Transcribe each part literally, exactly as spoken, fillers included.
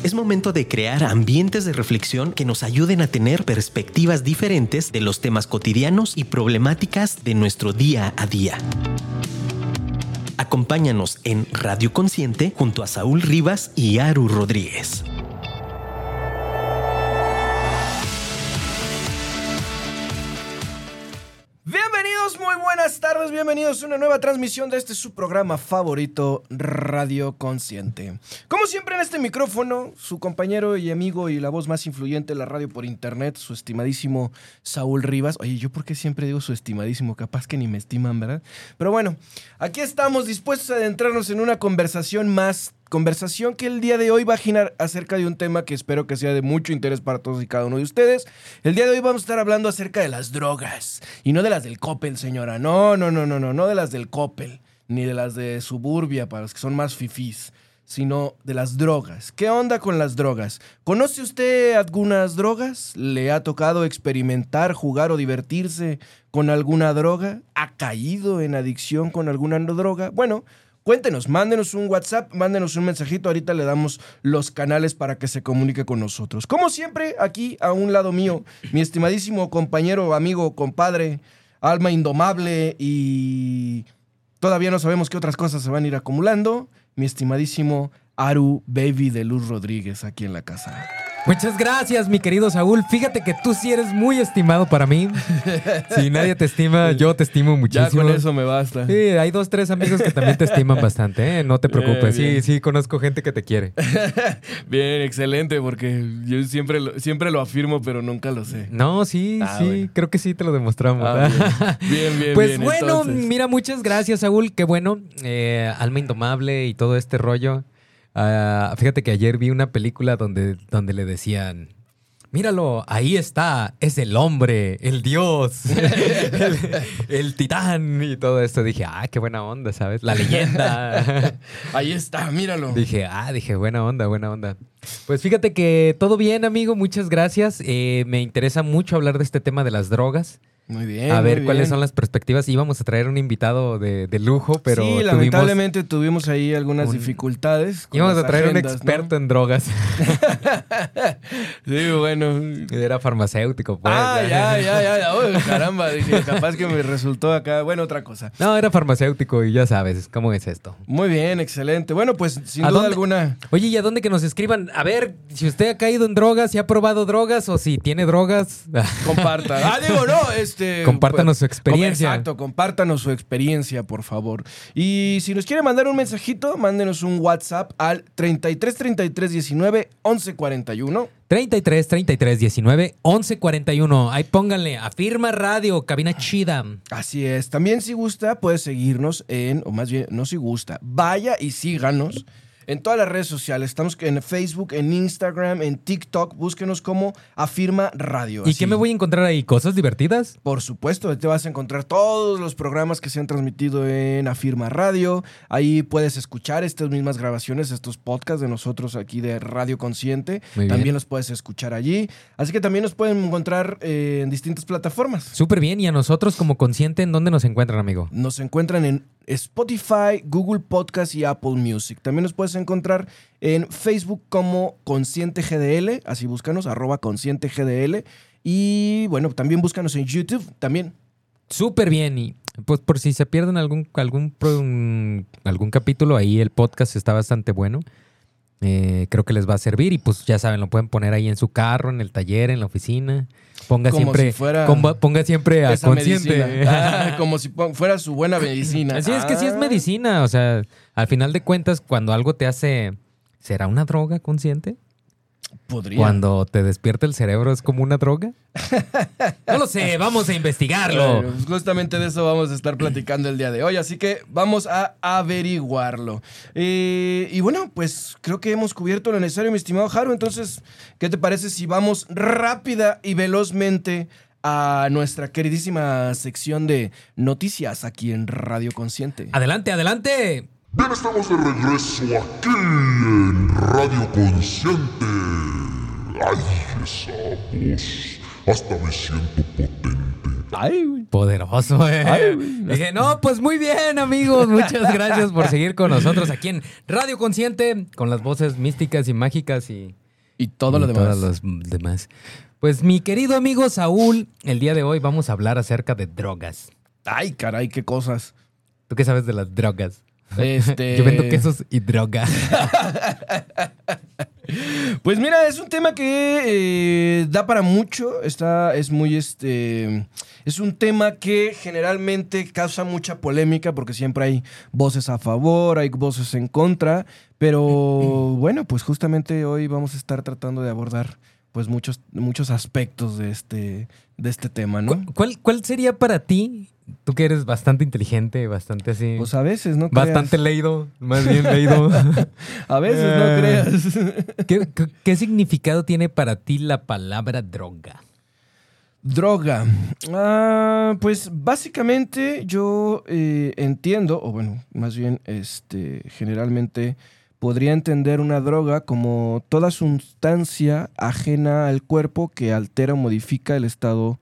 Es momento de crear ambientes de reflexión que nos ayuden a tener perspectivas diferentes de los temas cotidianos y problemáticas de nuestro día a día. Acompáñanos en Radio Consciente junto a Saúl Rivas y Aru Rodríguez. Bienvenidos, muy buenas tardes, bienvenidos a una nueva transmisión de este su programa favorito, Radio Consciente. Como siempre en este micrófono, su compañero y amigo y la voz más influyente de la radio por internet, su estimadísimo Saúl Rivas. Oye, ¿yo por qué siempre digo su estimadísimo? Capaz que ni me estiman, ¿verdad? Pero bueno, aquí estamos dispuestos a adentrarnos en una conversación más Conversación que el día de hoy va a girar acerca de un tema que espero que sea de mucho interés para todos y cada uno de ustedes. El día de hoy vamos a estar hablando acerca de las drogas. Y no de las del Coppel, señora. No, no, no, no, no, no de las del Coppel. Ni de las de Suburbia, para los que son más fifís. Sino de las drogas. ¿Qué onda con las drogas? ¿Conoce usted algunas drogas? ¿Le ha tocado experimentar, jugar o divertirse con alguna droga? ¿Ha caído en adicción con alguna droga? Bueno, cuéntenos, mándenos un WhatsApp, mándenos un mensajito, ahorita le damos los canales para que se comunique con nosotros. Como siempre, aquí a un lado mío, mi estimadísimo compañero, amigo, compadre, alma indomable y todavía no sabemos qué otras cosas se van a ir acumulando, mi estimadísimo Aru Baby de Luz Rodríguez aquí en la casa. Muchas gracias, mi querido Saúl. Fíjate que tú sí eres muy estimado para mí. Si nadie te estima, yo te estimo muchísimo. Ya con eso me basta. Sí, hay dos, tres amigos que también te estiman bastante, ¿eh? No te preocupes. Bien, bien. Sí, sí, conozco gente que te quiere. Bien, excelente, porque yo siempre lo, siempre lo afirmo, pero nunca lo sé. No, sí, Ah, sí. bueno. Creo que sí te lo demostramos. Ah, bien, bien, bien. Pues bien, bueno, entonces. mira, muchas gracias, Saúl. Qué bueno. Eh, alma indomable y todo este rollo. Uh, fíjate que ayer vi una película donde, donde le decían: míralo, ahí está, es el hombre, el dios, el, el titán y todo esto. Dije, ah, qué buena onda, ¿sabes? La leyenda. Ahí está, míralo. Dije, ah, dije, buena onda, buena onda. Pues fíjate que todo bien, amigo, muchas gracias. Eh, me interesa mucho hablar de este tema de las drogas. Muy bien. A ver muy cuáles bien. son las perspectivas. Íbamos a traer un invitado de, de lujo, pero sí, tuvimos, lamentablemente tuvimos ahí algunas un- dificultades. con íbamos las a traer agendas, un experto en drogas. ¿no? Sí, bueno. Era farmacéutico, pues. ah, ya, ya, ya. ya. Uy, caramba, dije, capaz que me resultó acá. Bueno, otra cosa. No, era farmacéutico y ya sabes cómo es esto. Muy bien, excelente. Bueno, pues sin ¿A duda dónde? alguna. Oye, ¿y a dónde que nos escriban? A ver, si usted ha caído en drogas, si ha probado drogas o si tiene drogas. Compartan. Ah, digo, no, este. Compártanos su experiencia. Exacto, compártanos su experiencia, por favor. Y si nos quiere mandar un mensajito, mándenos un WhatsApp al treinta y tres, treinta y tres, diecinueve, once, cuarenta y uno. treinta y tres, treinta y tres, diecinueve, once, cuarenta y uno. Ahí pónganle, afirma radio, cabina chida. Así es. También si gusta, puede seguirnos en, o más bien, no si gusta, vaya y síganos en todas las redes sociales. Estamos en Facebook, en Instagram, en TikTok. Búsquenos como Afirma Radio. ¿Y Así. qué me voy a encontrar ahí? ¿Cosas divertidas? Por supuesto, te vas a encontrar todos los programas que se han transmitido en Afirma Radio. Ahí puedes escuchar estas mismas grabaciones, estos podcasts de nosotros aquí de Radio Consciente. Muy bien. También los puedes escuchar allí. Así que también nos pueden encontrar eh, en distintas plataformas. Súper bien. ¿Y a nosotros como Consciente en dónde nos encuentran, amigo? Nos encuentran en Spotify, Google Podcast y Apple Music. También nos puedes encontrar en Facebook como Consciente G D L. Así búscanos, arroba Consciente G D L. Y bueno, también búscanos en YouTube también. Súper bien. Y pues por si se pierden algún, algún, pro- un- algún capítulo, ahí el podcast está bastante bueno. Eh, creo que les va a servir y pues ya saben, lo pueden poner ahí en su carro, en el taller, en la oficina. Ponga Como siempre, si fuera comba- ponga siempre a esa Consciente. medicina. Ah, como si pon- fuera su buena medicina. Así es que sí es Ah. medicina. O sea, al final de cuentas, cuando algo te hace... ¿Será una droga consciente? Podría. Cuando te despierta el cerebro, ¿es como una droga? No lo sé, vamos a investigarlo. Bueno, pues justamente de eso vamos a estar platicando el día de hoy, así que vamos a averiguarlo. Eh, y bueno, pues creo que hemos cubierto lo necesario, mi estimado Haru. Entonces, ¿qué te parece si vamos rápida y velozmente a nuestra queridísima sección de noticias aquí en Radio Consciente? Adelante, adelante. Bien, estamos de regreso aquí en Radio Consciente. Ay, esa voz. Hasta me siento potente. Ay, güey. Poderoso, eh. Ay, güey. Dije, no, pues muy bien, amigos. Muchas gracias por seguir con nosotros aquí en Radio Consciente, con las voces místicas y mágicas y, Y todo y lo demás. todos los demás. Pues mi querido amigo Saúl, el día de hoy vamos a hablar acerca de drogas. Ay, caray, qué cosas. ¿Tú qué sabes de las drogas? Este... Yo vendo quesos y droga. Pues mira, es un tema que eh, da para mucho. Está, es muy este. Es un tema que generalmente causa mucha polémica porque siempre hay voces a favor, hay voces en contra. Pero bueno, pues justamente hoy vamos a estar tratando de abordar pues muchos, muchos aspectos de este, de este tema, ¿no? ¿Cu- ¿Cuál, ¿Cuál sería para ti? Tú que eres bastante inteligente, bastante así. Pues a veces, ¿no creas? Bastante leído, más bien leído. A veces, no Eh. creas. ¿Qué, qué, qué significado tiene para ti la palabra droga? Droga. Ah, pues básicamente yo eh, entiendo, o bueno, más bien este, generalmente podría entender una droga como toda sustancia ajena al cuerpo que altera o modifica el estado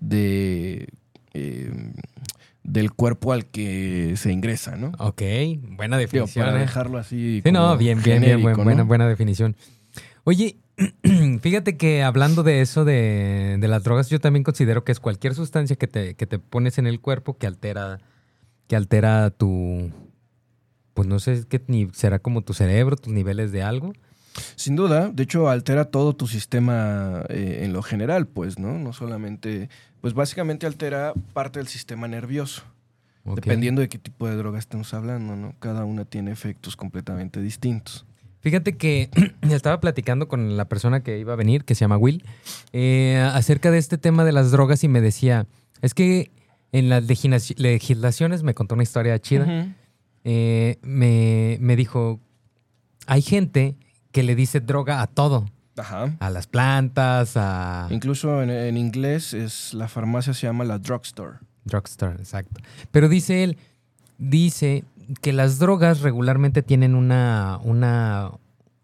de, eh, del cuerpo al que se ingresa, ¿no? Ok, buena Digo, definición. para eh. dejarlo así. Sí, no, como bien, bien, bien, genérico, buen- ¿no? buena, buena definición. Oye, fíjate que hablando de eso de, de las drogas, yo también considero que es cualquier sustancia que te, que te pones en el cuerpo que altera, que altera tu, pues no sé, qué ni será como tu cerebro, tus niveles de algo. Sin duda, de hecho altera todo tu sistema eh, en lo general, pues, ¿no? No solamente, pues básicamente altera parte del sistema nervioso, Ok. dependiendo de qué tipo de droga estemos hablando, ¿no? Cada una tiene efectos completamente distintos. Fíjate que estaba platicando con la persona que iba a venir, que se llama Will, eh, acerca de este tema de las drogas y me decía, es que en las legina- legislaciones, me contó una historia chida, Ujú. eh, me, me dijo, hay gente que le dice droga a todo, Ajá. a las plantas, a Incluso en, en inglés es, la farmacia se llama la drugstore. drugstore, exacto. Pero dice él, dice que las drogas regularmente tienen una, una,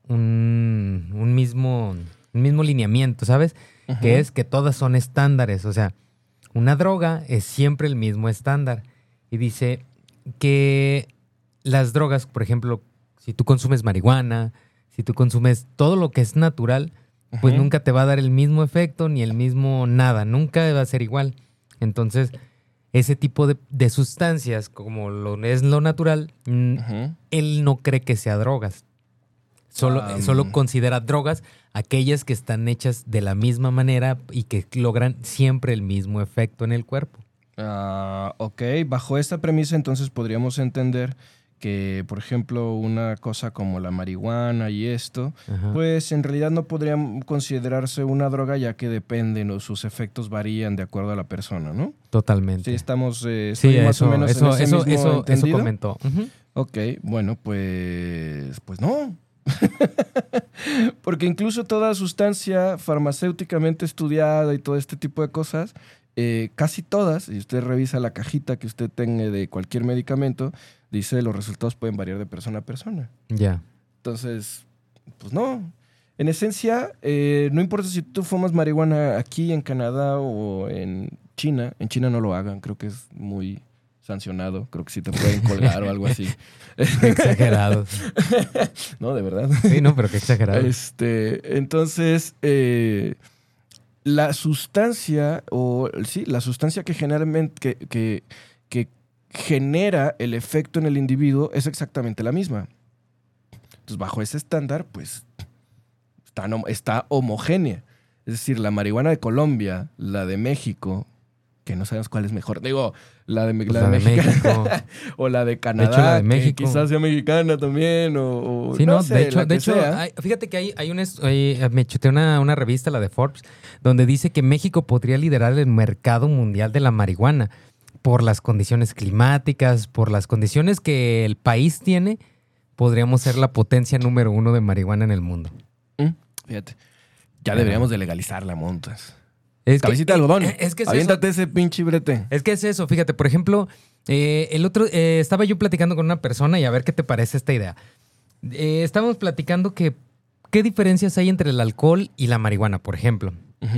un, un mismo, un mismo lineamiento, ¿sabes? Ujú. Que es que todas son estándares, o sea, una droga es siempre el mismo estándar. Y dice que las drogas, por ejemplo, si tú consumes marihuana, si tú consumes todo lo que es natural, pues Ujú. nunca te va a dar el mismo efecto ni el mismo nada, nunca va a ser igual. Entonces, ese tipo de, de sustancias, como lo es lo natural, mm, Ujú. él no cree que sea drogas. Solo, Ah, solo mm. considera drogas aquellas que están hechas de la misma manera y que logran siempre el mismo efecto en el cuerpo. Ah, ok, bajo esta premisa entonces podríamos entender que, por ejemplo, una cosa como la marihuana y esto, Ajá. pues en realidad no podría considerarse una droga ya que dependen o sus efectos varían de acuerdo a la persona, ¿no? Totalmente. Sí, estamos eh, Sí, estoy más eso, o menos eso, en ese eso, mismo eso, eso entendido. comentó. Ujú. Ok, bueno, pues, pues no. Porque incluso toda sustancia farmacéuticamente estudiada y todo este tipo de cosas, eh, casi todas, y usted revisa la cajita que usted tenga de cualquier medicamento, dice los resultados pueden variar de persona a persona. Ya. Entonces, pues no. En esencia, eh, no importa si tú fumas marihuana aquí en Canadá o en China. En China no lo hagan, creo que es muy sancionado. Creo que sí te pueden colgar o algo así. Qué exagerados. No, de verdad. Sí, no, pero qué exagerados. Este, entonces, eh, la sustancia, o sí, la sustancia que generalmente, que, que, que genera el efecto en el individuo es exactamente la misma. Entonces, bajo ese estándar, pues, está, no- está homogénea. Es decir, la marihuana de Colombia, la de México, que no sabemos cuál es mejor. Digo, la de, Pues la la de de México. México. O la de Canadá, hecho, la de que México. quizás sea mexicana también, o, o Sí, no, sé, de hecho, la de que hecho sea. hay- fíjate que hay, hay un est- hay- me chuté una, una revista, la de Forbes, donde dice que México podría liderar el mercado mundial de la marihuana por las condiciones climáticas, por las condiciones que el país tiene, podríamos ser la potencia número uno de marihuana en el mundo. Mm, Fíjate, ya Pero- deberíamos de legalizar la montas. Es que- Cabecita de algodón. Es que es eso. Aviéntate ese pinche brete. Es que es eso, fíjate, por ejemplo, eh, el otro, eh, estaba yo platicando con una persona y a ver qué te parece esta idea. Eh, estábamos platicando que qué diferencias hay entre el alcohol y la marihuana, por ejemplo. Ujú.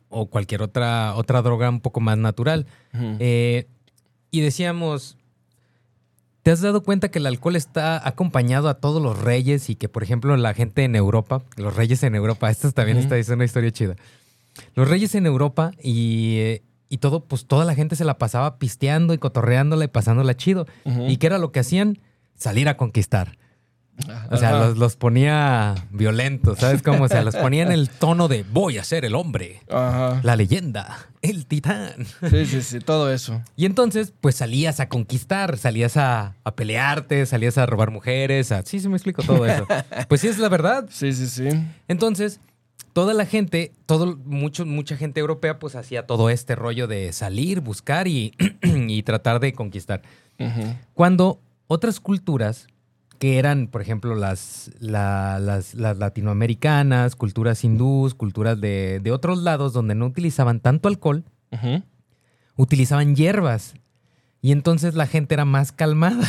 o cualquier otra, otra droga un poco más natural. Ujú. Eh, y decíamos, ¿te has dado cuenta que el alcohol está acompañado a todos los reyes y que, por ejemplo, la gente en Europa, los reyes en Europa, esto también Ujú. está, es una historia chida. Los reyes en Europa y, eh, y todo, pues toda la gente se la pasaba pisteando y cotorreándola y pasándola chido. Ujú. ¿Y qué era lo que hacían? Salir a conquistar. O sea, Ajá. los, los ponía violentos, ¿sabes cómo? O sea, los ponía en el tono de voy a ser el hombre, Ajá. la leyenda, el titán. Sí, sí, sí, todo eso. Y entonces, pues salías a conquistar, salías a, a pelearte, salías a robar mujeres, a... sí, sí me explico todo eso. Pues sí, es la verdad. Sí, sí, sí. Entonces, toda la gente, todo, mucho, mucha gente europea, pues hacía todo este rollo de salir, buscar y, y tratar de conquistar. Ujú. Cuando otras culturas, que eran, por ejemplo, las, la- las, las latinoamericanas, culturas hindús, culturas de, de otros lados donde no utilizaban tanto alcohol, Ujú. utilizaban hierbas. Y entonces la gente era más calmada.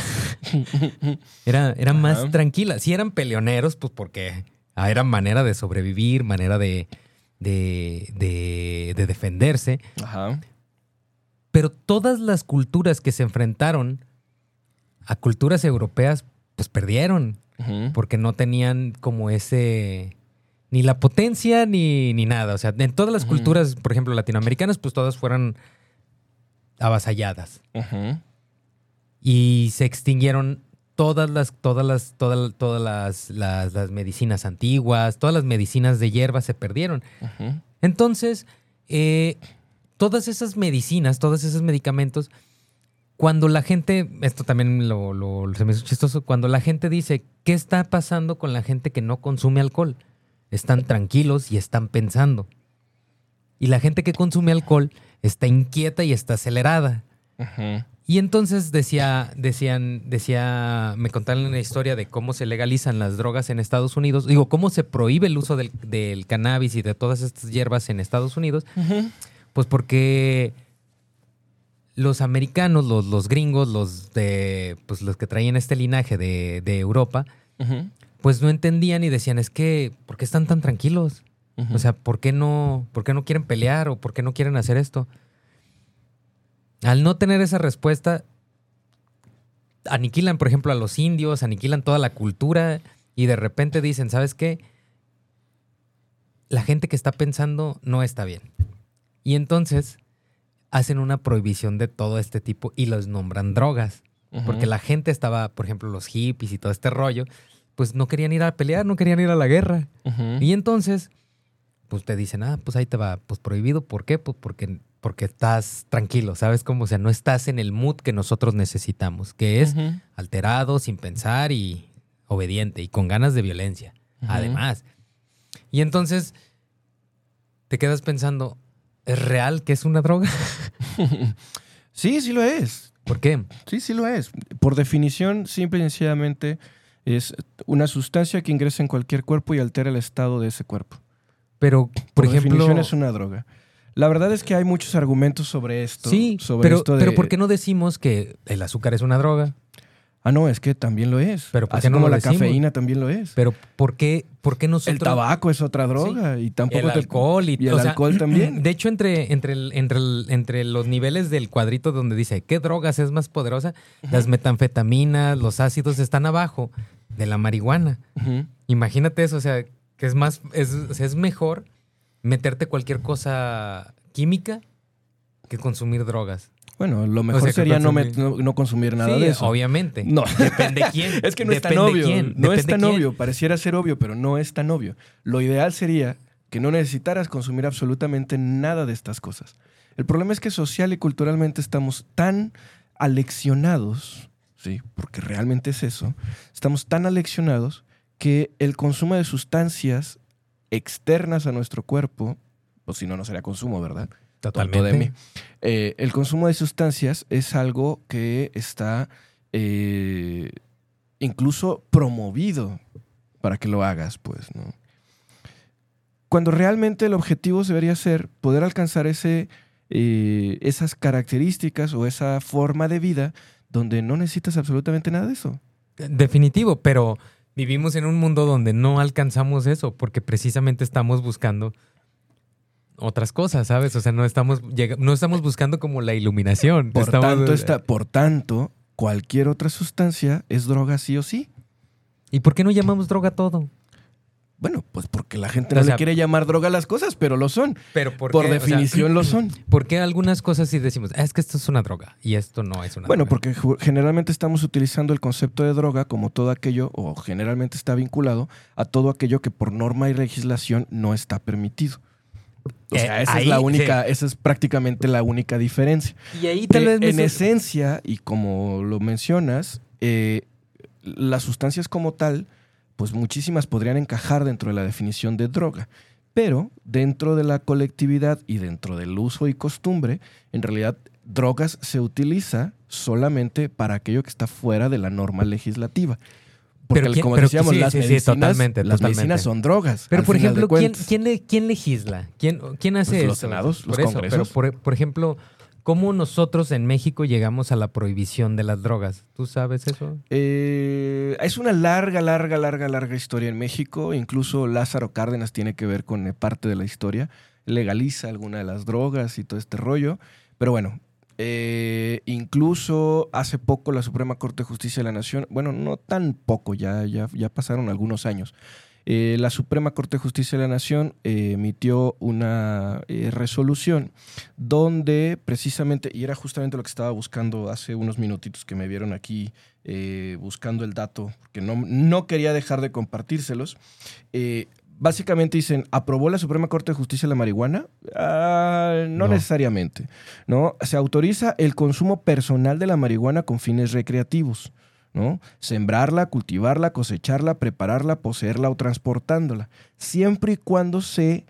Era, era más Ajá. tranquila. Sí eran peleoneros, pues porque ah, era manera de sobrevivir, manera de, de, de, de defenderse. Ajá. Pero todas las culturas que se enfrentaron a culturas europeas, pues perdieron. Ujú. Porque no tenían como ese... ni la potencia ni, ni nada. O sea, en todas las Ujú. culturas, por ejemplo, latinoamericanas, pues todas fueron avasalladas. Ujú. Y se extinguieron todas las, todas las, todas, todas las, las, las medicinas antiguas, todas las medicinas de hierba se perdieron. Ujú. Entonces, eh, todas esas medicinas, todos esos medicamentos, cuando la gente, esto también lo, lo- se me hizo chistoso, cuando la gente dice, ¿qué está pasando con la gente que no consume alcohol? Están tranquilos y están pensando. Y la gente que consume alcohol está inquieta y está acelerada. Ujú. Y entonces decía, decían, decía, me contaron una historia de cómo se legalizan las drogas en Estados Unidos. Digo, cómo se prohíbe el uso del, del cannabis y de todas estas hierbas en Estados Unidos. Ujú. Pues porque los americanos, los, los gringos, los de, pues los que traían este linaje de, de Europa, Ujú. pues no entendían y decían, es que, ¿por qué están tan tranquilos? Ujú. O sea, ¿por qué no, por qué no quieren pelear o por qué no quieren hacer esto? Al no tener esa respuesta, aniquilan, por ejemplo, a los indios, aniquilan toda la cultura y de repente dicen, ¿sabes qué? La gente que está pensando no está bien. Y entonces hacen una prohibición de todo este tipo y los nombran drogas. Ujú. Porque la gente estaba, por ejemplo, los hippies y todo este rollo, pues no querían ir a pelear, no querían ir a la guerra. Ujú. Y entonces, pues te dicen, ah, pues ahí te va, pues prohibido. ¿Por qué? Pues porque, porque estás tranquilo, ¿sabes cómo? O sea, no estás en el mood que nosotros necesitamos, que es Ujú. alterado, sin pensar y obediente y con ganas de violencia, Ujú. además. Y entonces te quedas pensando, ¿es real que es una droga? Sí, sí lo es. ¿Por qué? Sí, sí lo es. Por definición, simple y sencillamente, es una sustancia que ingresa en cualquier cuerpo y altera el estado de ese cuerpo. Pero, por, Por ejemplo... definición es una droga. La verdad es que hay muchos argumentos sobre esto. Sí, sobre pero, esto de... pero ¿por qué no decimos que el azúcar es una droga? Ah, no, es que también lo es. Pero ¿por Así qué no como lo la decimos? cafeína también lo es. Pero ¿por qué, por qué nosotros... El tabaco es otra droga y tampoco El te- alcohol y, y el o sea, alcohol también. De hecho, entre, entre, el- entre, el- entre los niveles del cuadrito donde dice qué drogas es más poderosa, las metanfetaminas, los ácidos están abajo de la marihuana. Ujú. Imagínate eso, o sea, que es más, es, o sea, es mejor meterte cualquier cosa química que consumir drogas. Bueno, lo mejor sea, que sería no, consumir- me- no- no consumir nada Sí, de eso. obviamente. No. Depende quién. Es que no es tan Depende obvio. quién, No es depende tan quién. obvio. Pareciera ser obvio, pero no es tan obvio. Lo ideal sería que no necesitaras consumir absolutamente nada de estas cosas. El problema es que social y culturalmente estamos tan aleccionados, sí, porque realmente es eso, estamos tan aleccionados que el consumo de sustancias externas a nuestro cuerpo, o si no, no sería consumo, ¿verdad? Tonto de mí. Eh, el consumo de sustancias es algo que está eh, incluso promovido para que lo hagas, pues, ¿no? Cuando realmente el objetivo debería ser poder alcanzar ese, eh, esas características o esa forma de vida donde no necesitas absolutamente nada de eso. Definitivo, pero vivimos en un mundo donde no alcanzamos eso porque precisamente estamos buscando otras cosas, ¿sabes? O sea, no estamos, lleg- no estamos buscando como la iluminación. Por Estamos- tanto, está, por tanto, cualquier otra sustancia es droga sí o sí. ¿Y por qué no llamamos droga a todo? Bueno, pues porque la gente O no sea, le quiere llamar droga a las cosas, pero lo son. Pero ¿por, Por qué? O sea, definición lo son. ¿por qué algunas cosas sí decimos, "Ah, es que esto es una droga y esto no es una Bueno, droga"? porque ju- generalmente estamos utilizando el concepto de droga como todo aquello, o generalmente está vinculado a todo aquello que por norma y legislación no está permitido. O sea, Eh, esa ahí, es la única, sí. esa es prácticamente la única diferencia. Y ahí tal Que vez me en su- esencia, y como lo mencionas, eh, las sustancias como tal, pues muchísimas podrían encajar dentro de la definición de droga. Pero dentro de la colectividad y dentro del uso y costumbre, en realidad drogas se utiliza solamente para aquello que está fuera de la norma legislativa. Porque, Pero quién- como pero decíamos, sí, las, sí, sí, medicinas, totalmente, las totalmente. medicinas son drogas. Pero, al por final de ejemplo, ¿quién, cuentas. quién, le- quién legisla? ¿Quién, quién hace Pues eso? los senados, los Por eso, congresos. Pero, por, por ejemplo, ¿cómo nosotros en México llegamos a la prohibición de las drogas? ¿Tú sabes eso? Eh, es una larga, larga, larga, larga historia en México. Incluso Lázaro Cárdenas tiene que ver con eh, parte de la historia. Legaliza alguna de las drogas y todo este rollo. Pero bueno, eh, incluso hace poco la Suprema Corte de Justicia de la Nación, bueno, no tan poco, ya, ya, ya pasaron algunos años. Eh, la Suprema Corte de Justicia de la Nación eh, emitió una eh, resolución donde precisamente, y era justamente lo que estaba buscando hace unos minutitos que me vieron aquí eh, buscando el dato, porque no, no quería dejar de compartírselos. Eh, básicamente dicen, ¿aprobó la Suprema Corte de Justicia la marihuana? Ah, no, No. necesariamente. ¿No? Se autoriza el consumo personal de la marihuana con fines recreativos, ¿no? Sembrarla, cultivarla, cosecharla, prepararla, poseerla o transportándola, siempre y cuando se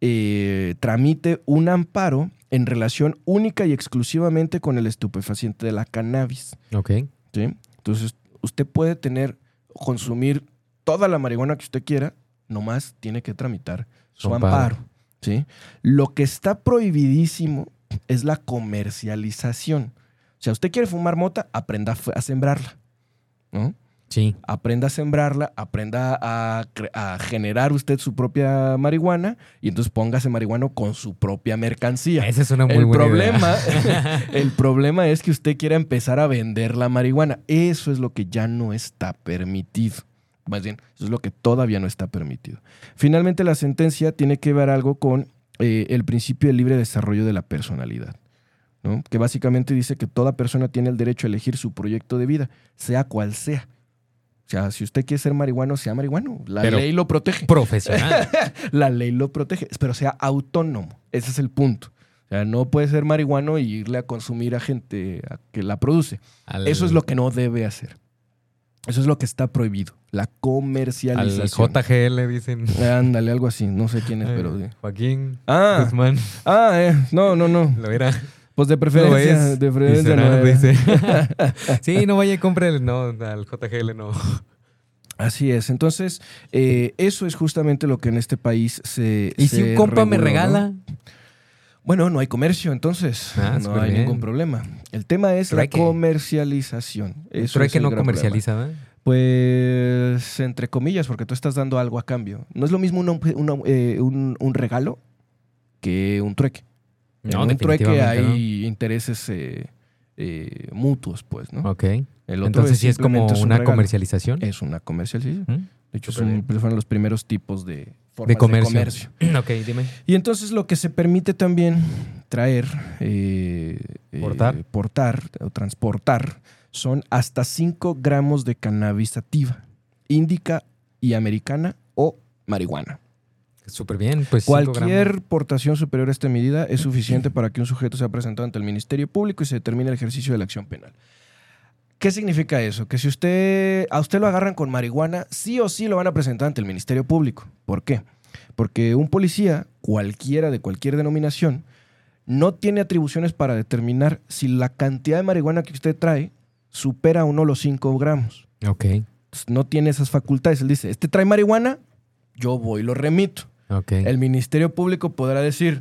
eh, tramite un amparo en relación única y exclusivamente con el estupefaciente de la cannabis. Ok. ¿Sí? Entonces, usted puede tener, consumir toda la marihuana que usted quiera, nomás tiene que tramitar su Amparo. amparo. ¿Sí? Lo que está prohibidísimo es la comercialización. O sea, usted quiere fumar mota, aprenda a, f- a sembrarla, ¿no? Sí. Aprenda a sembrarla, aprenda a, cre- a generar usted su propia marihuana y entonces póngase marihuano con su propia mercancía. Esa es una muy El buena problema, idea. el problema es que usted quiera empezar a vender la marihuana. Eso es lo que ya no está permitido. Más bien, eso es lo que todavía no está permitido. Finalmente, la sentencia tiene que ver algo con eh, el principio del libre desarrollo de la personalidad, ¿no? Que básicamente dice que toda persona tiene el derecho a elegir su proyecto de vida, sea cual sea. O sea, si usted quiere ser marihuano, sea marihuano. La Pero ley lo protege. Profesional. La ley lo protege, pero sea autónomo. Ese es el punto. O sea, no puede ser marihuano y irle a consumir a gente a que la produce. Al- Eso es lo que no debe hacer. Eso es lo que está prohibido. La Al comercialización. J G L dicen. Ándale, algo así. No sé quién es, pero... sí. Joaquín Ah, Guzmán. ah eh, no, no, no. Lo era. Pues de No preferencia. es. de preferencia Dice, no no, era. dice. Sí, no vaya y compre el, no, al J G L no. Así es. Entonces, eh, eso es justamente lo que en este país se. Y se si un compa me reguló, ¿no? regala. Bueno, no hay comercio, entonces Ah, no súper hay bien. ningún problema. El tema es Trueque. la comercialización. Eso Creo es que el no gran comercializa, ¿verdad? problema. Pues, entre comillas, porque tú estás dando algo a cambio. No es lo mismo un, un, eh, un- un regalo que un trueque. No, en un trueque definitivamente hay intereses eh, eh, mutuos, pues, ¿no? no. Ok. El otro Entonces sí es como simplemente un una regalo. comercialización. Es una comercialización. ¿Mm? De hecho, Súper son, bien. fueron los primeros tipos de formas De comercio. comercio. Ok, dime. Y entonces lo que se permite también traer, eh, eh, Portar. portar o transportar son hasta cinco gramos de cannabis sativa, índica y americana o marihuana. Súper bien. Pues cinco Cualquier gramos. portación superior a esta medida es suficiente para que un sujeto sea presentado ante el Ministerio Público y se determine el ejercicio de la acción penal. ¿Qué significa eso? Que si usted a usted lo agarran con marihuana, sí o sí lo van a presentar ante el Ministerio Público. ¿Por qué? Porque un policía, cualquiera de cualquier denominación, no tiene atribuciones para determinar si la cantidad de marihuana que usted trae supera o no los cinco gramos. Ok. Entonces, no tiene esas facultades. Él dice, ¿este trae marihuana? Yo voy y lo remito. Ok. El Ministerio Público podrá decir,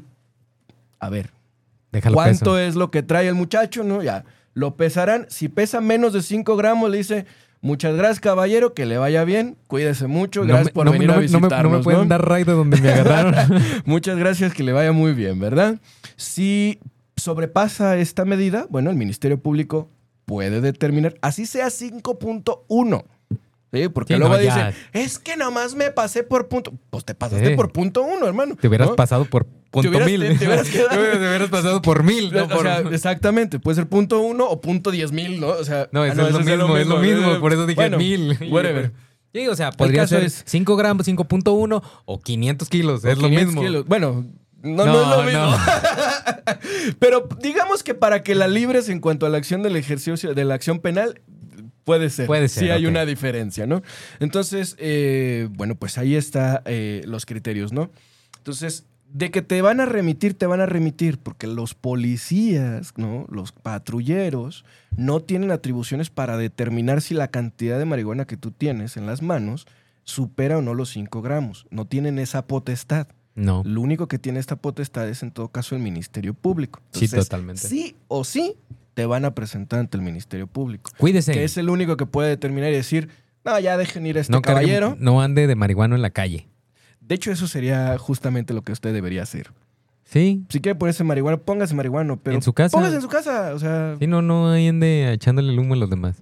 a ver, Déjalo ¿cuánto peso. es lo que trae el muchacho? ¿No? Ya, lo pesarán. Si pesa menos de cinco gramos, le dice, Muchas gracias, caballero, que le vaya bien, cuídese mucho, gracias no me, por no, venir no, a visitarnos. No me, no me pueden ¿no? dar raid de donde me agarraron. Muchas gracias, que le vaya muy bien, ¿verdad? Si sobrepasa esta medida, bueno, el Ministerio Público puede determinar, así sea cinco punto uno. Sí, porque sí, luego no, dicen, es que nomás me pasé por punto. Pues te pasaste sí. por punto uno, hermano. Te hubieras ¿no? pasado por punto hubieras, mil. Te, te, hubieras quedado... te hubieras pasado por mil. No o por... sea, exactamente. Puede ser punto uno o punto diez mil, ¿no? O sea, no, eso, ah, no, es, lo eso mismo, es lo mismo, es lo mismo. Por eso dije bueno, mil. Whatever. Sí, o sea, podría ser es... cinco gramos, cinco punto uno o quinientos kilos. O es lo mismo. Kilos. Bueno, no, no, no es lo mismo. No. Pero digamos que para que la libres en cuanto a la acción del ejercicio de la acción penal, puede ser. Puede ser. Sí hay okay. una diferencia, ¿no? Entonces, eh, bueno, pues ahí están eh, los criterios, ¿no? Entonces, de que te van a remitir, te van a remitir, porque los policías, ¿no? Los patrulleros no tienen atribuciones para determinar si la cantidad de marihuana que tú tienes en las manos supera o no los cinco gramos. No tienen esa potestad. No. Lo único que tiene esta potestad es, en todo caso, el Ministerio Público. Entonces, sí, totalmente. Sí o sí te van a presentar ante el Ministerio Público. Cuídese. Que es el único que puede determinar y decir, no, ya dejen ir a este no caballero. Cargue, no ande de marihuana en la calle. De hecho, eso sería justamente lo que usted debería hacer. Sí. Si quiere ponerse marihuana, póngase marihuana, pero en su casa. Póngase en su casa, o sea... Sí, no, no ande echándole el humo a los demás.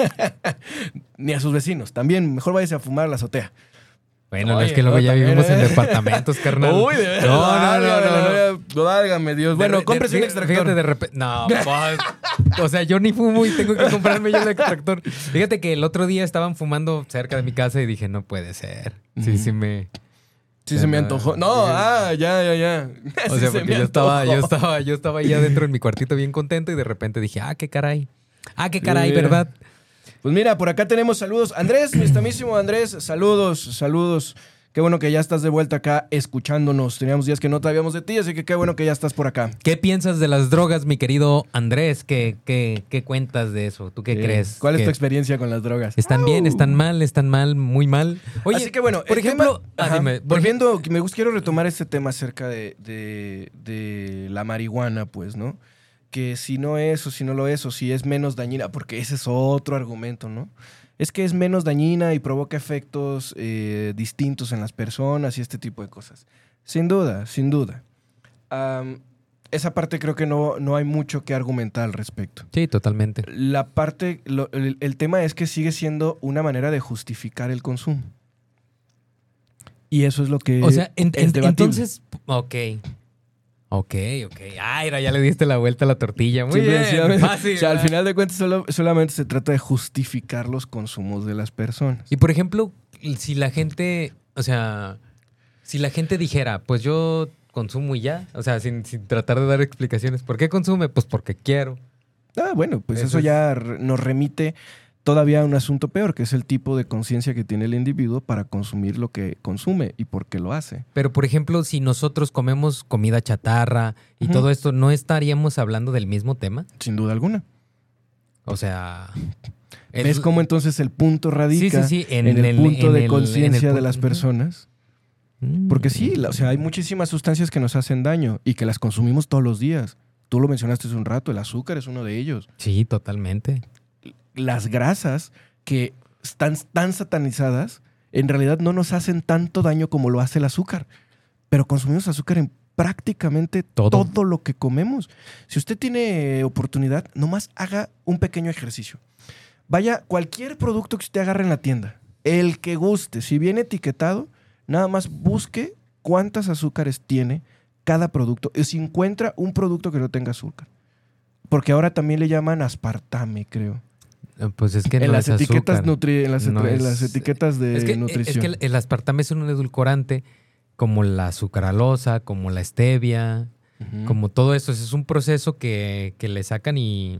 Ni a sus vecinos. También, mejor váyase a fumar a la azotea. Bueno, Oye, es que luego no, ya vivimos en departamentos, carnal. Uy, de verdad. No, no, no, no. no, no. Válgame Dios. Bueno, cómprese un extractor. Fíjate, de repente... No, pues, o sea, yo ni fumo y tengo que comprarme yo el extractor. Fíjate que el otro día estaban fumando cerca de mi casa y dije, no puede ser. Sí, uh-huh. sí me... Sí, se, se me antojó. No, ah, ya, ya, ya. O sí sea, porque yo estaba, yo estaba, yo estaba ahí adentro en mi cuartito bien contento y de repente dije, ah, qué caray. Ah, qué caray, sí. ¿verdad? Pues mira, por acá tenemos saludos. Andrés, mi estimísimo Andrés, saludos, saludos. Qué bueno que ya estás de vuelta acá escuchándonos. Teníamos días que no sabíamos de ti, así que qué bueno que ya estás por acá. ¿Qué piensas de las drogas, mi querido Andrés? ¿Qué, qué, qué cuentas de eso? ¿Tú qué sí. crees? ¿Cuál es tu experiencia con las drogas? ¿Están ¡Au! bien? ¿Están mal? ¿Están mal? ¿Muy mal? Oye, así que bueno, por ejemplo... Tema, ah, dime, volviendo, me gusta, quiero retomar este tema acerca de, de, de la marihuana, pues, ¿no? Que si no es o si no lo es o si es menos dañina, porque ese es otro argumento, ¿no? Es que es menos dañina y provoca efectos eh, distintos en las personas y este tipo de cosas. Sin duda, sin duda. Um, esa parte creo que no, no hay mucho que argumentar al respecto. Sí, totalmente. La parte, lo, el, el tema es que sigue siendo una manera de justificar el consumo. Y eso es lo que o sea, en, es en, debatible. Entonces, ok. Ok, ok. Ay, ya le diste la vuelta a la tortilla. Muy sí, bien. Sí, fácil. O sea, al final de cuentas solo, solamente se trata de justificar los consumos de las personas. Y por ejemplo, si la gente, o sea, si la gente dijera, pues yo consumo y ya, o sea, sin, sin tratar de dar explicaciones. ¿Por qué consume? Pues porque quiero. Ah, bueno, pues eso, eso es... ya nos remite todavía a un asunto peor, que es el tipo de conciencia que tiene el individuo para consumir lo que consume y por qué lo hace. Pero, por ejemplo, si nosotros comemos comida chatarra y uh-huh. todo esto, ¿no estaríamos hablando del mismo tema? Sin duda alguna. O sea... ¿Ves el... cómo entonces el punto radica sí, sí, sí. En, en el, el punto en de el, conciencia el... de las personas? Uh-huh. Porque sí, o sea, hay muchísimas sustancias que nos hacen daño y que las consumimos todos los días. Tú lo mencionaste hace un rato, el azúcar es uno de ellos. Sí, totalmente. Las grasas que están tan satanizadas, en realidad no nos hacen tanto daño como lo hace el azúcar. Pero consumimos azúcar en prácticamente todo, todo lo que comemos. Si usted tiene oportunidad, nomás haga un pequeño ejercicio. Vaya, cualquier producto que usted agarre en la tienda, el que guste, si viene etiquetado, nada más busque cuántas azúcares tiene cada producto. Y si encuentra un producto que no tenga azúcar. Porque ahora también le llaman aspartame, creo. Pues es que en no las es etiquetas azúcar. nutri, en, las, no en es, las etiquetas de es que, nutrición. Es que el aspartame es un edulcorante como la sucralosa, como la stevia, uh-huh. como todo eso. Es un proceso que, que le sacan y,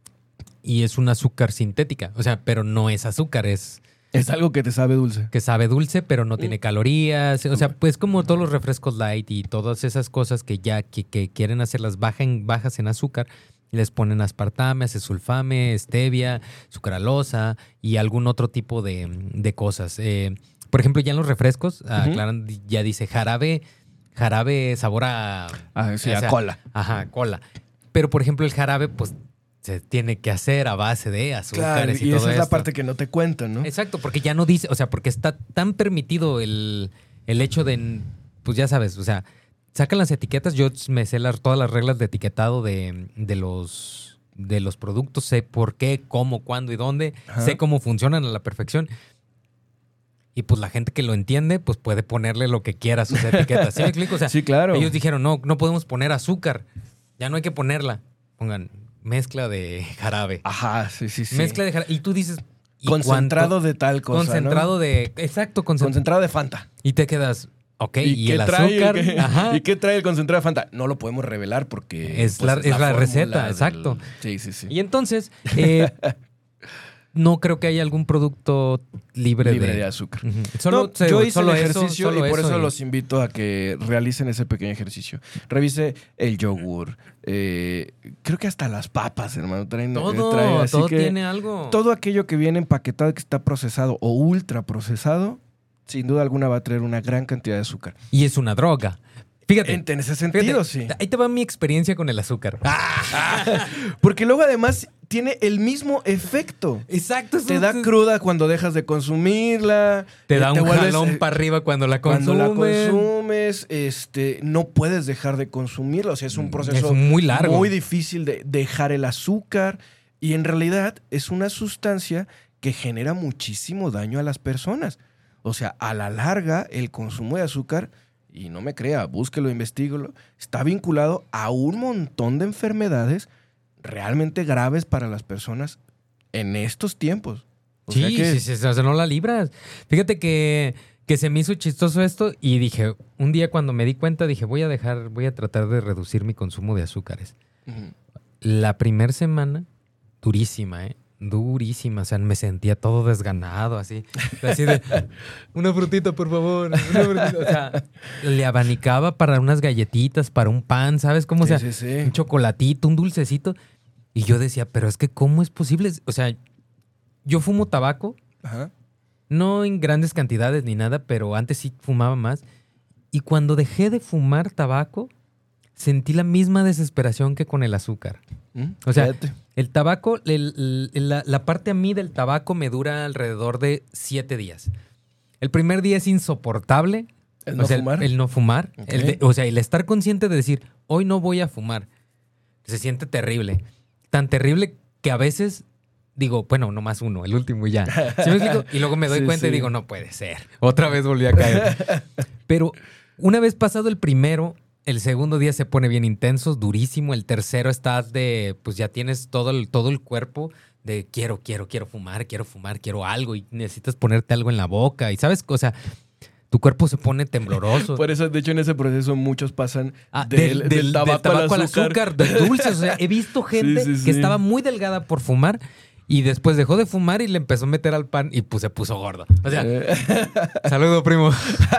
y es un azúcar sintética. O sea, pero no es azúcar, es... Es algo que te sabe dulce. Que sabe dulce, pero no tiene calorías. O sea, pues como todos los refrescos light y todas esas cosas que ya que, que quieren hacerlas baja en, bajas en azúcar, les ponen aspartame, acesulfame, stevia, sucralosa y algún otro tipo de, de cosas. Eh, por ejemplo, ya en los refrescos, uh-huh. aclaran, ya dice jarabe, jarabe sabor a... Ah, sí, o sea, a cola. Ajá, cola. Pero, por ejemplo, el jarabe, pues, se tiene que hacer a base de azúcares Claro, y, y todo esa es la esto. parte que no te cuentan, ¿no? Exacto, porque ya no dice, o sea, porque está tan permitido el, el hecho de, pues ya sabes, o sea, sacan las etiquetas, yo me sé las, todas las reglas de etiquetado de, de los de los productos, sé por qué, cómo, cuándo y dónde, Ajá. sé cómo funcionan a la perfección. Y pues la gente que lo entiende, pues puede ponerle lo que quiera a sus etiquetas. ¿Sí me explico? O sea, Sí, claro. ellos dijeron, no, no podemos poner azúcar, ya no hay que ponerla. Pongan mezcla de jarabe. Ajá, sí, sí, sí. Mezcla de jarabe. Y tú dices, ¿y Concentrado cuánto? de tal cosa, Concentrado ¿no? de... Exacto, concent- Concentrado de Fanta. Y te quedas, ok, y, qué el trae, azúcar, ¿Qué- ajá, ¿Y qué trae el concentrado de Fanta? No lo podemos revelar porque... Es la- es la fórmula receta, del- exacto. Sí, sí, sí. Y entonces, eh, no creo que haya algún producto libre, Libre de, de azúcar. Ujú. Solo, No, yo hice solo el eso, ejercicio solo y por eso y- los invito a que realicen ese pequeño ejercicio. Revise el yogur. eh, creo que hasta las papas, hermano. Traen, Todo, traen, así todo que tiene algo. todo aquello que viene empaquetado, que está procesado o ultra procesado, sin duda alguna va a traer una gran cantidad de azúcar. Y es una droga. Fíjate. En, en ese sentido, fíjate, sí. Ahí te va mi experiencia con el azúcar. Porque luego además tiene el mismo efecto. Exacto. Te da cruda cuando dejas de consumirla. Te eh, da un vuelves, jalón eh, para arriba cuando la Cuando consumes. la consumes, este, no puedes dejar de consumirla. O sea, es un proceso Es muy largo. muy difícil de dejar el azúcar. Y en realidad es una sustancia que genera muchísimo daño a las personas. O sea, a la larga, el consumo de azúcar, y no me crea, búsquelo, investíguelo, está vinculado a un montón de enfermedades realmente graves para las personas en estos tiempos. O Sí, sea que- sí, sí, o sea, no la libras. Fíjate que, que se me hizo chistoso esto y dije, un día cuando me di cuenta, dije, voy a dejar, voy a tratar de reducir mi consumo de azúcares. Ujú. La primera semana, durísima, ¿eh? Durísima. O sea, me sentía todo desganado, así. Así de, una frutita, por favor. Una frutita. O sea, le abanicaba para unas galletitas, para un pan, ¿sabes cómo? O Sí, sea, sí, sí. un chocolatito, un dulcecito. Y yo decía, pero es que ¿cómo es posible? O sea, yo fumo tabaco, Ajá. no en grandes cantidades ni nada, pero antes sí fumaba más. Y cuando dejé de fumar tabaco, sentí la misma desesperación que con el azúcar. ¿Mm? O sea, Fíjate. el tabaco, el- el- la, la parte a mí del tabaco me dura alrededor de siete días. El primer día es insoportable. ¿El o no sea, fumar? El, no fumar. Ok. El de- o sea, el estar consciente de decir, hoy no voy a fumar. Se siente terrible. Tan terrible que a veces digo, bueno, nomás uno, el último y ya. ¿Sí me explico? Y luego me doy Sí, cuenta sí. y digo, no puede ser. Otra vez volví a caer. Pero una vez pasado el primero, el segundo día se pone bien intenso, durísimo. El tercero estás de, pues ya tienes todo el, todo el cuerpo de quiero, quiero, quiero fumar, quiero fumar, quiero algo. Y necesitas ponerte algo en la boca. Y ¿sabes? O sea, tu cuerpo se pone tembloroso. Por eso, de hecho, en ese proceso muchos pasan Ah, del, del, del del tabaco, del tabaco al al azúcar. azúcar, de dulces. O sea, he visto gente Sí, sí, que sí. estaba muy delgada por fumar y después dejó de fumar y le empezó a meter al pan y pues se puso gordo. O sea, Eh, saludo, primo.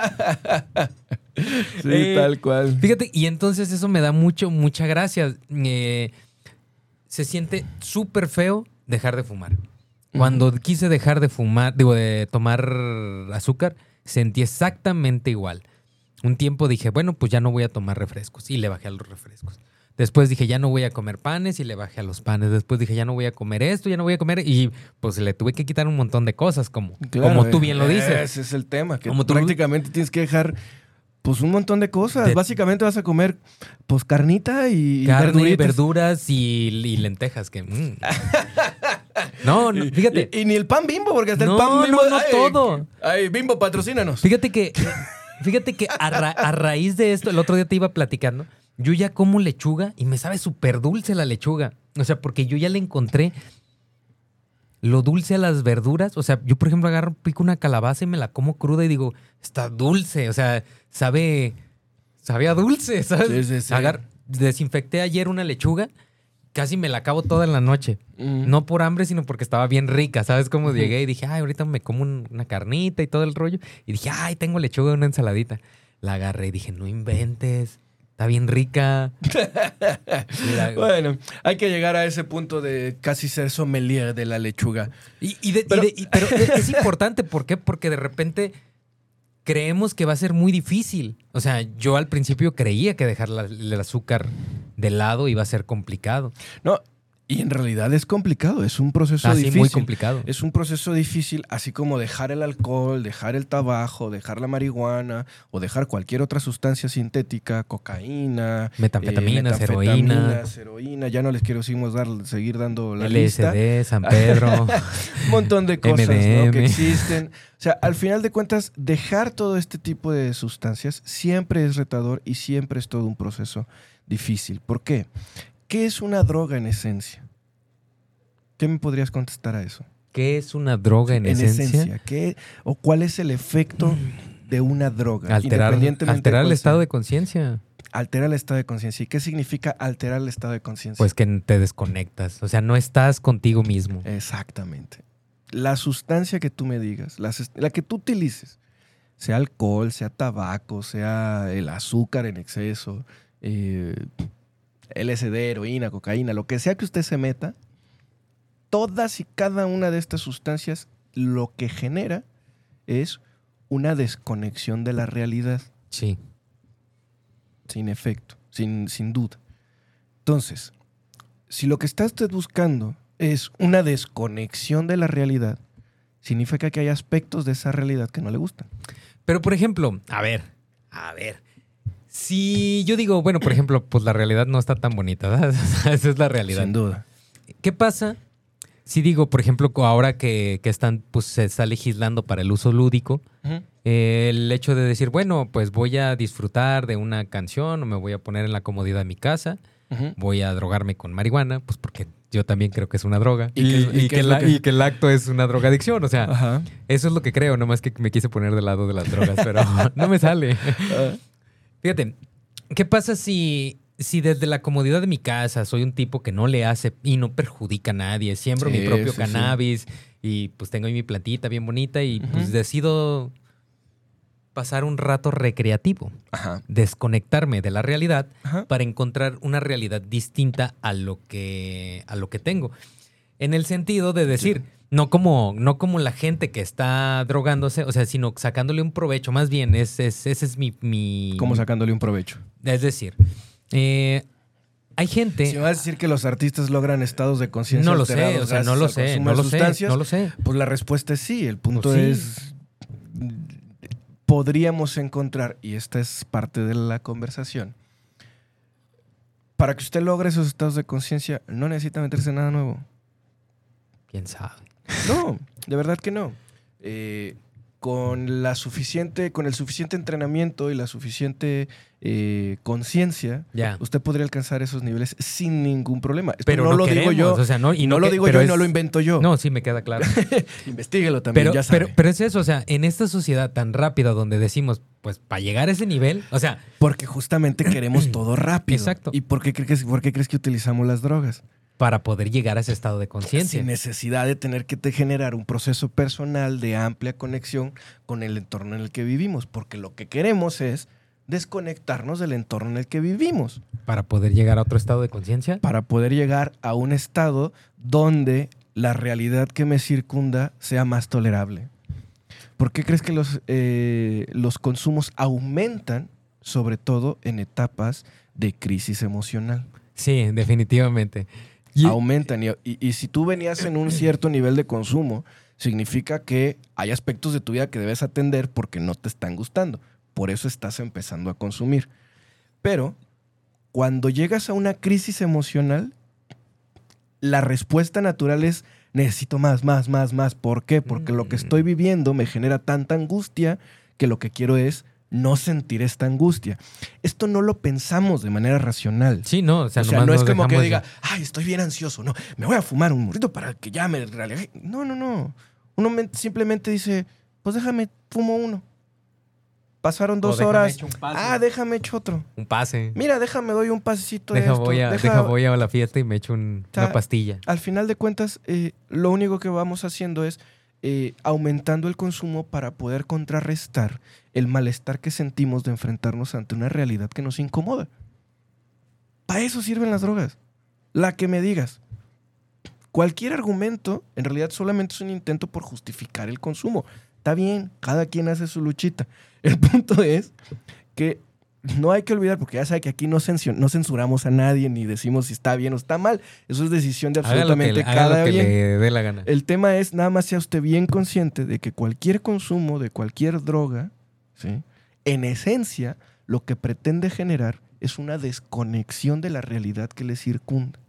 sí, Eh, tal cual. Fíjate, y entonces eso me da mucho, mucha gracia. Eh, se siente súper feo dejar de fumar. Cuando quise dejar de fumar, digo, de tomar azúcar, sentí exactamente igual. Un tiempo dije, bueno, pues ya no voy a tomar refrescos y le bajé a los refrescos. Después dije, ya no voy a comer panes y le bajé a los panes. Después dije, ya no voy a comer esto, ya no voy a comer. Y pues le tuve que quitar un montón de cosas, como, Claro, como tú eh, bien lo dices. Ese es el tema, que Como tú- prácticamente tienes que dejar pues un montón de cosas. De- Básicamente vas a comer pues carnita y Carne, verduritas. verduras y, y lentejas. Que, mm. No, no, fíjate. Y, y ni el pan Bimbo, porque hasta No, el pan Bimbo... no, no, ay, todo. Ay, Bimbo, patrocínanos. Fíjate que, fíjate que a, ra- a raíz de esto, el otro día te iba platicando, yo ya como lechuga y me sabe súper dulce la lechuga. O sea, porque yo ya le encontré lo dulce a las verduras. O sea, yo, por ejemplo, agarro, pico una calabaza y me la como cruda y digo, está dulce. O sea, sabe, sabe a dulce, ¿sabes? Sí, sí, sí. Agar- desinfecté ayer una lechuga, casi me la acabo toda en la noche. Mm. No por hambre, sino porque estaba bien rica. ¿Sabes cómo llegué? Y dije, ay, ahorita me como un- una carnita y todo el rollo. Y dije, ay, tengo lechuga y una ensaladita. La agarré y dije, no inventes. Está bien rica. Y, la- Bueno, hay que llegar a ese punto de casi ser sommelier de la lechuga. y- y de- y Pero- de- y- pero es importante. ¿Por qué? Porque de repente creemos que va a ser muy difícil. O sea, yo al principio creía que dejar la- el azúcar de lado iba a ser complicado. No, Y en realidad es complicado, es un proceso Así, difícil. muy complicado. Es un proceso difícil, así como dejar el alcohol, dejar el tabaco, dejar la marihuana o dejar cualquier otra sustancia sintética, cocaína, Metanfetaminas, eh, heroína, metanfetaminas, heroína. Ya no les quiero seguir, dar, seguir dando la L S D, lista. San Pedro, Un montón de cosas, ¿no? M D M. Que existen. O sea, al final de cuentas, dejar todo este tipo de sustancias siempre es retador y siempre es todo un proceso difícil. ¿Por qué? ¿Qué es una droga en esencia? ¿Qué me podrías contestar a eso? ¿Qué es una droga en, en esencia? esencia. ¿Qué, ¿O cuál es el efecto de una droga? Alterar, Independientemente alterar de el cuál estado sea. de conciencia. Alterar el estado de conciencia. ¿Y qué significa alterar el estado de conciencia? Pues que te desconectas. O sea, no estás contigo mismo. Exactamente. La sustancia que tú me digas, la, la que tú utilices, sea alcohol, sea tabaco, sea el azúcar en exceso, eh, L S D, heroína, cocaína, lo que sea que usted se meta, todas y cada una de estas sustancias lo que genera es una desconexión de la realidad. Sí. Sin efecto, sin, sin duda. Entonces, si lo que está usted buscando es una desconexión de la realidad, significa que hay aspectos de esa realidad que no le gustan. Pero, por ejemplo, a ver, a ver. Si yo digo, bueno, por ejemplo, pues la realidad no está tan bonita, ¿verdad? Esa es la realidad. Sin duda. ¿Qué pasa si digo, por ejemplo, ahora que, que están, pues se está legislando para el uso lúdico, Uh-huh. eh, el hecho de decir, bueno, pues voy a disfrutar de una canción o me voy a poner en la comodidad de mi casa, Uh-huh. voy a drogarme con marihuana, pues porque yo también creo que es una droga. ¿Y qué es- y qué que es la- lo que- y que el acto es una drogadicción, o sea, Ajá. eso es lo que creo, nomás que me quise poner del lado de las drogas, pero no me sale. Ah, Fíjate, ¿qué pasa si, si desde la comodidad de mi casa soy un tipo que no le hace y no perjudica a nadie, siembro Sí, mi propio sí, sí. cannabis y pues tengo ahí mi plantita bien bonita y pues Ujú. decido pasar un rato recreativo, Ajá. desconectarme de la realidad Ajá. para encontrar una realidad distinta a lo que, a lo que tengo. En el sentido de decir, no como, no como la gente que está drogándose, o sea, sino sacándole un provecho. Más bien, es, es- ese es mi, mi... Como sacándole un provecho. Es decir, eh, hay gente... Si me vas a decir que los artistas logran estados de conciencia no lo sé, alterados o sea, no gracias lo al sé, consumo no de lo sé, sustancias, no lo sé. pues la respuesta es sí. El punto Pues sí. es, podríamos encontrar, y esta es parte de la conversación, para que usted logre esos estados de conciencia, no necesita meterse en nada nuevo. ¿Quién sabe? No, de verdad que no. Eh, con la suficiente, con el suficiente entrenamiento y la suficiente eh, conciencia, Ya. usted podría alcanzar esos niveles sin ningún problema. Esto Pero no, no lo digo queremos, yo. o sea, no- y y no, no lo que- digo pero yo y es- no lo invento yo. No, sí, me queda claro. Investíguelo también, Pero, ya sabe. pero, pero es eso, o sea, en esta sociedad tan rápida donde decimos, pues para llegar a ese nivel, o sea, Porque justamente queremos todo rápido. Exacto. ¿Y por qué crees, por qué crees que utilizamos las drogas? para poder llegar a ese estado de conciencia. Sin necesidad de tener que te generar un proceso personal de amplia conexión con el entorno en el que vivimos. Porque lo que queremos es desconectarnos del entorno en el que vivimos Para poder llegar a otro estado de conciencia. para poder llegar a un estado donde la realidad que me circunda sea más tolerable. ¿Por qué crees que los, eh, los consumos aumentan, sobre todo en etapas de crisis emocional? Sí, definitivamente. Y- Aumentan. Y, y- y si tú venías en un cierto nivel de consumo, significa que hay aspectos de tu vida que debes atender porque no te están gustando. Por eso estás empezando a consumir. Pero cuando llegas a una crisis emocional, la respuesta natural es necesito más, más, más, más. ¿Por qué? Porque lo que estoy viviendo me genera tanta angustia que lo que quiero es no sentir esta angustia. Esto no lo pensamos de manera racional. Sí, no, o sea, O sea, nomás no es nos como que dejamos diga, de- ay, estoy bien ansioso. No, me voy a fumar un murrito para que ya me relaje. No, no, no. Uno men- simplemente dice, pues déjame, fumo uno. Pasaron dos déjame horas. echo un pase. Ah, déjame echo otro. un pase. Mira, déjame, doy un pasecito de Deja esto. voy, a, Deja- deja voy a la fiesta y me echo un- O sea, una pastilla. Al final de cuentas, eh, lo único que vamos haciendo es eh, aumentando el consumo para poder contrarrestar el malestar que sentimos de enfrentarnos ante una realidad que nos incomoda. Para eso sirven las drogas. La que me digas. Cualquier argumento, en realidad, solamente es un intento por justificar el consumo. Está bien, cada quien hace su luchita. El punto es que no hay que olvidar, porque ya sabe que aquí no, censu- no censuramos a nadie ni decimos si está bien o está mal. Eso es decisión de absolutamente haga cada lo que quien. le dé la gana. El tema es, nada más sea usted bien consciente de que cualquier consumo de cualquier droga, ¿sí?, en esencia, lo que pretende generar es una desconexión de la realidad que le circunda.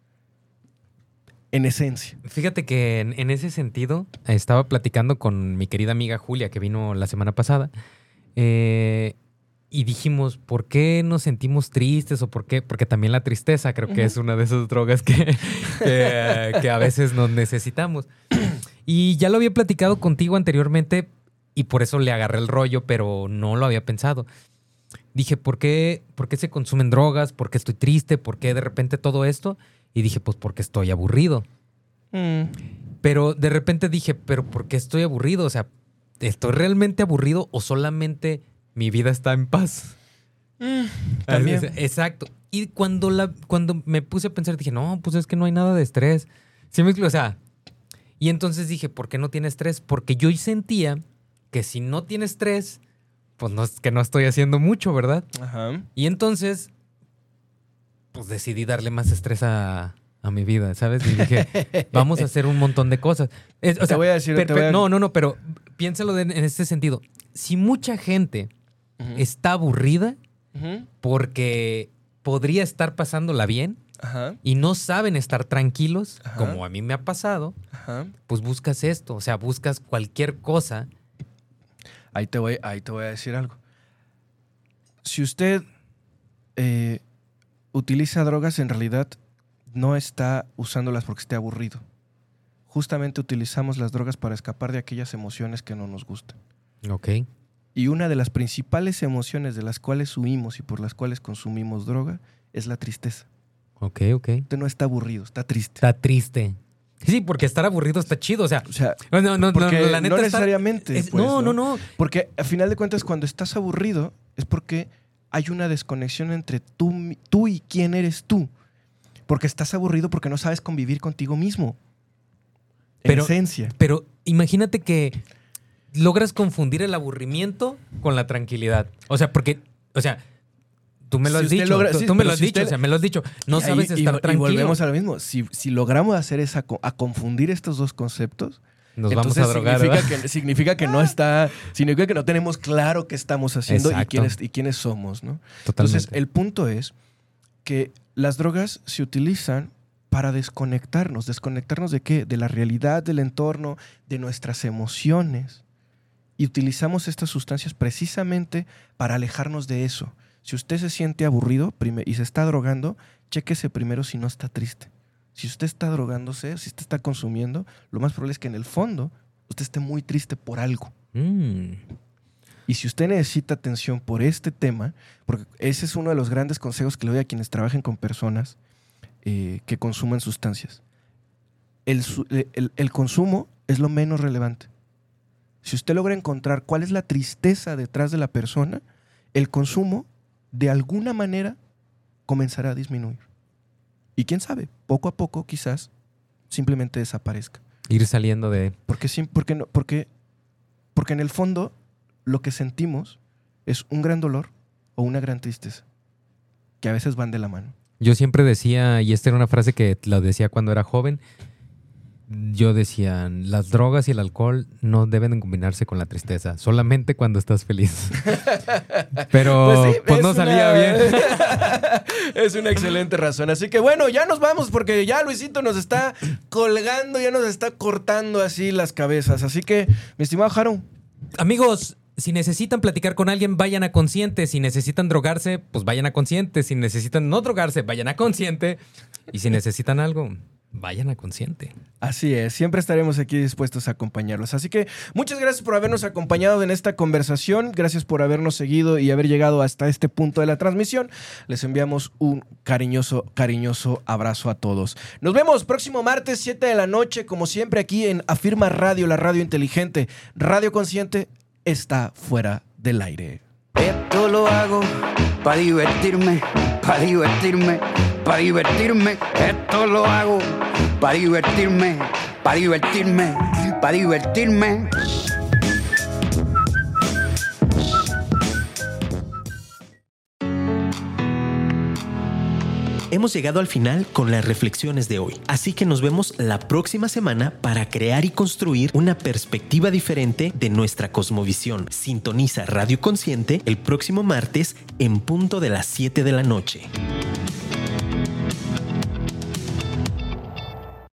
En esencia. Fíjate que en, en ese sentido, estaba platicando con mi querida amiga Julia, que vino la semana pasada, eh, y dijimos, ¿por qué nos sentimos tristes? ¿O por qué? Porque también la tristeza creo que uh-huh. es una de esas drogas que, que, que a veces nos necesitamos. Y ya lo había platicado contigo anteriormente y por eso le agarré el rollo, pero no lo había pensado. Dije, ¿por qué, ¿por qué se consumen drogas? ¿Por qué estoy triste? ¿Por qué de repente todo esto? Y dije, pues porque estoy aburrido. Mm. Pero de repente dije, ¿pero por qué estoy aburrido? O sea, ¿estoy realmente aburrido o solamente mi vida está en paz? Mm, también. Exacto. Y cuando, la, cuando me puse a pensar, dije, no, pues es que no hay nada de estrés. ¿Sí me explico? O sea, y entonces dije, ¿por qué no tiene estrés? Porque yo sentía que si no tiene estrés, pues no es que no estoy haciendo mucho, ¿verdad? Ajá. Y entonces, pues decidí darle más estrés a, a mi vida, ¿sabes? Y dije, vamos a hacer un montón de cosas. Es, o te sea, voy a decir... Per, te voy a... No, no, no, pero piénsalo de, en este sentido. Si mucha gente uh-huh. está aburrida uh-huh. porque podría estar pasándola bien Ajá. y no saben estar tranquilos, Ajá. como a mí me ha pasado, Ajá. pues buscas esto. O sea, buscas cualquier cosa. Ahí te voy, ahí te voy a decir algo. Si usted eh, utiliza drogas, en realidad no está usándolas porque esté aburrido. Justamente utilizamos las drogas para escapar de aquellas emociones que no nos gustan. Ok. Y una de las principales emociones de las cuales huimos y por las cuales consumimos droga es la tristeza. Ok, ok. Usted no está aburrido, está triste. Está triste. Sí, porque estar aburrido está chido, o sea, o sea no, no, no, porque no, la neta no está, necesariamente. Es, pues, no, no, no, no. Porque a final de cuentas, cuando estás aburrido, es porque hay una desconexión entre tú, tú y quién eres tú. Porque estás aburrido porque no sabes convivir contigo mismo. En pero, esencia. Pero imagínate que logras confundir el aburrimiento con la tranquilidad. O sea, porque, o sea, tú me lo si has dicho. Logra, tú sí, tú me lo has si dicho, usted, o sea, me lo has dicho. No y, sabes y, estar y, tranquilo. Y volvemos a lo mismo. Si, si logramos hacer esa, a confundir estos dos conceptos, nos vamos a drogar, significa que, significa que no está, significa que no tenemos claro qué estamos haciendo y quiénes, y quiénes somos, ¿no? Totalmente. Entonces, el punto es que las drogas se utilizan para desconectarnos. ¿Desconectarnos de qué? De la realidad, del entorno, de nuestras emociones. Y utilizamos estas sustancias precisamente para alejarnos de eso. Si usted se siente aburrido y se está drogando, chéquese primero si no está triste. Si usted está drogándose, si usted está consumiendo, lo más probable es que en el fondo usted esté muy triste por algo. Mm. Y si usted necesita atención por este tema, porque ese es uno de los grandes consejos que le doy a quienes trabajen con personas eh, que consuman sustancias. El, el, el consumo es lo menos relevante. Si usted logra encontrar cuál es la tristeza detrás de la persona, el consumo de alguna manera comenzará a disminuir. Y quién sabe, poco a poco quizás simplemente desaparezca. Ir saliendo de... Porque, porque, no, porque, porque en el fondo lo que sentimos es un gran dolor o una gran tristeza, que a veces van de la mano. Yo siempre decía, y esta era una frase que la decía cuando era joven, yo decía, las drogas y el alcohol no deben combinarse con la tristeza, solamente cuando estás feliz. Pero pues, sí, pues no una... salía bien. Es una excelente razón. Así que bueno, ya nos vamos porque ya Luisito nos está colgando, ya nos está cortando así las cabezas. Así que, mi estimado Haru. Amigos, si necesitan platicar con alguien, vayan a Consciente. Si necesitan drogarse, pues vayan a Consciente. Si necesitan no drogarse, vayan a Consciente. Y si necesitan algo... vayan a Consciente. Así es, siempre estaremos aquí dispuestos a acompañarlos. Así que muchas gracias por habernos acompañado en esta conversación. Gracias por habernos seguido y haber llegado hasta este punto de la transmisión. Les enviamos un cariñoso, cariñoso abrazo a todos. Nos vemos próximo martes, siete de la noche, como siempre aquí en Afirma Radio, la radio inteligente. Radio Consciente está fuera del aire. Esto lo hago para divertirme, para divertirme, para divertirme. Esto lo hago para divertirme, para divertirme, para divertirme. hemos llegado al final con las reflexiones de hoy. Así que nos vemos la próxima semana para crear y construir una perspectiva diferente de nuestra cosmovisión. Sintoniza Radio Consciente el próximo martes en punto de las siete de la noche.